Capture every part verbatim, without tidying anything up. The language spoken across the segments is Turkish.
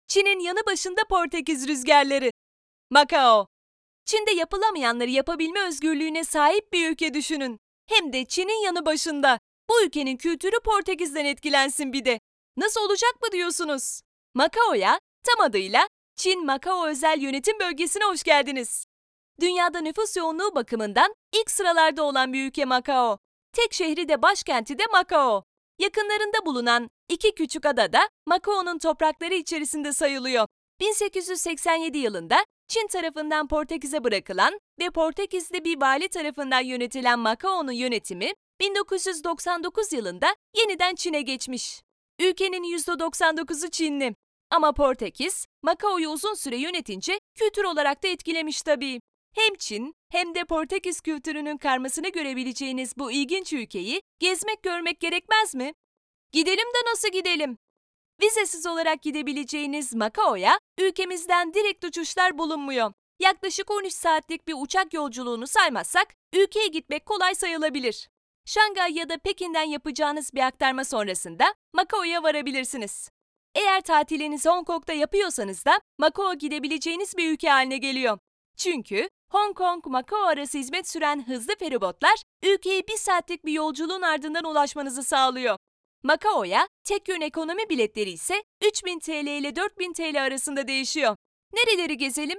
Çin'in yanı başında Portekiz rüzgarları. Macao. Çin'de yapılamayanları yapabilme özgürlüğüne sahip bir ülke düşünün. Hem de Çin'in yanı başında. Bu ülkenin kültürü Portekiz'den etkilensin bir de. Nasıl olacak mı diyorsunuz? Macao'ya, tam adıyla Çin Macao Özel Yönetim Bölgesi'ne hoş geldiniz. Dünyada nüfus yoğunluğu bakımından ilk sıralarda olan bir ülke Macao. Tek şehri de başkenti de Macao. Yakınlarında bulunan iki küçük ada da Macao'nun toprakları içerisinde sayılıyor. bin sekiz yüz seksen yedi yılında Çin tarafından Portekiz'e bırakılan ve Portekiz'de bir vali tarafından yönetilen Macao'nun yönetimi bin dokuz yüz doksan dokuz yılında yeniden Çin'e geçmiş. Ülkenin yüzde doksan dokuzu Çinli. Ama Portekiz, Macao'yu uzun süre yönetince kültür olarak da etkilemiş tabii. Hem Çin hem de Portekiz kültürünün karmasını görebileceğiniz bu ilginç ülkeyi gezmek görmek gerekmez mi? Gidelim de nasıl gidelim? Vizesiz olarak gidebileceğiniz Macao'ya ülkemizden direkt uçuşlar bulunmuyor. Yaklaşık on üç saatlik bir uçak yolculuğunu saymazsak ülkeye gitmek kolay sayılabilir. Şangay ya da Pekin'den yapacağınız bir aktarma sonrasında Macao'ya varabilirsiniz. Eğer tatilinizi Hong Kong'da yapıyorsanız da Macao gidebileceğiniz bir ülke haline geliyor. Çünkü Hong Kong-Macao arası hizmet süren hızlı feribotlar ülkeye bir saatlik bir yolculuğun ardından ulaşmanızı sağlıyor. Macao'ya tek yön ekonomi biletleri ise üç bin T L ile dört bin T L arasında değişiyor. Nereleri gezelim?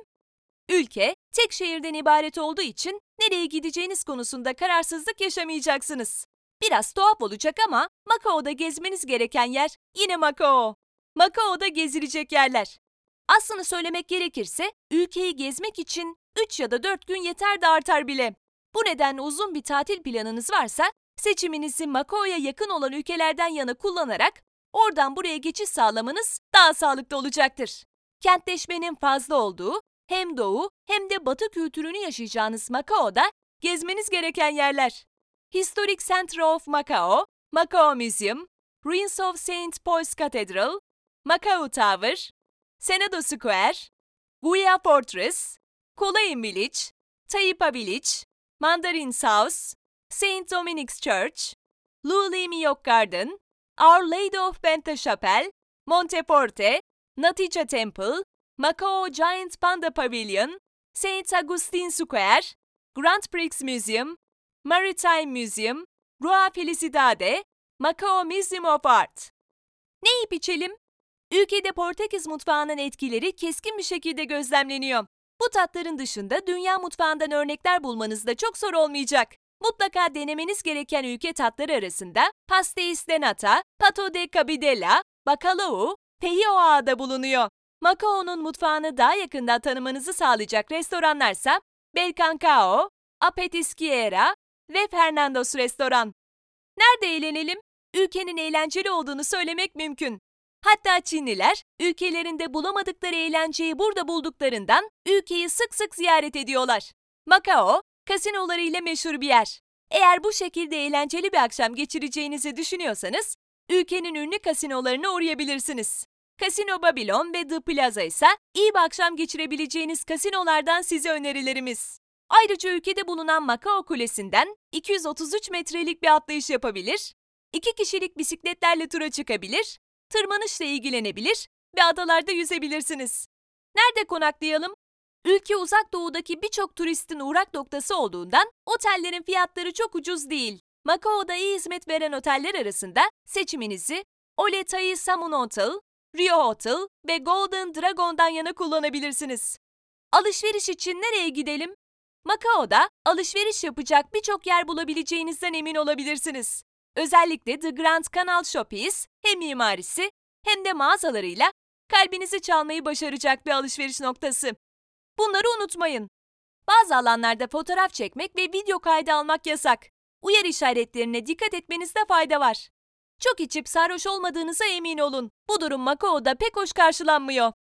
Ülke tek şehirden ibaret olduğu için nereye gideceğiniz konusunda kararsızlık yaşamayacaksınız. Biraz tuhaf olacak ama Macao'da gezmeniz gereken yer yine Macao. Macao'da gezilecek yerler. Aslını söylemek gerekirse ülkeyi gezmek için üç ya da dört gün yeter de artar bile. Bu nedenle uzun bir tatil planınız varsa seçiminizi Macao'ya yakın olan ülkelerden yana kullanarak oradan buraya geçiş sağlamanız daha sağlıklı olacaktır. Kentleşmenin fazla olduğu hem doğu hem de batı kültürünü yaşayacağınız Macao'da gezmeniz gereken yerler. Historic Center of Macao, Macao Museum, Ruins of Saint Paul's Cathedral, Macao Tower, Senado Square, Guia Fortress, Colain Village, Taipa Village, Mandarin's House, Saint Dominic's Church, Luli Miyok Garden, Our Lady of Benta Chapel, Monteforte, Natija Temple, Macao Giant Panda Pavilion, Saint Augustine Square, Grand Prix Museum, Maritime Museum, Rua Felicidade, Macao Museum of Art. Ne yiyip içelim? Ülkede Portekiz mutfağının etkileri keskin bir şekilde gözlemleniyor. Bu tatların dışında dünya mutfağından örnekler bulmanız da çok zor olmayacak. Mutlaka denemeniz gereken ülke tatları arasında pastéis de nata, pato de cabidela, bacalao, feijoa da bulunuyor. Macao'nun mutfağını daha yakından tanımanızı sağlayacak restoranlarsa Belcancao, Apetisquiera ve Fernando's Restoran. Nerede eğlenelim? Ülkenin eğlenceli olduğunu söylemek mümkün. Hatta Çinliler ülkelerinde bulamadıkları eğlenceyi burada bulduklarından ülkeyi sık sık ziyaret ediyorlar. Macao, kasinolarıyla meşhur bir yer. Eğer bu şekilde eğlenceli bir akşam geçireceğinizi düşünüyorsanız, ülkenin ünlü kasinolarına uğrayabilirsiniz. Casino Babylon ve The Plaza ise iyi bir akşam geçirebileceğiniz kasinolardan size önerilerimiz. Ayrıca ülkede bulunan Macao Kulesi'nden iki yüz otuz üç metrelik bir atlayış yapabilir, iki kişilik bisikletlerle tura çıkabilir, tırmanışla ilgilenebilir ve adalarda yüzebilirsiniz. Nerede konaklayalım? Ülke uzak doğudaki birçok turistin uğrak noktası olduğundan otellerin fiyatları çok ucuz değil. Macao'da iyi hizmet veren oteller arasında seçiminizi Ole Tai Samun Hotel, Rio Hotel ve Golden Dragon'dan yana kullanabilirsiniz. Alışveriş için nereye gidelim? Macao'da alışveriş yapacak birçok yer bulabileceğinizden emin olabilirsiniz. Özellikle The Grand Canal Shoppes hem mimarisi hem de mağazalarıyla kalbinizi çalmayı başaracak bir alışveriş noktası. Bunları unutmayın. Bazı alanlarda fotoğraf çekmek ve video kaydı almak yasak. Uyarı işaretlerine dikkat etmenizde fayda var. Çok içip sarhoş olmadığınıza emin olun. Bu durum Macao'da pek hoş karşılanmıyor.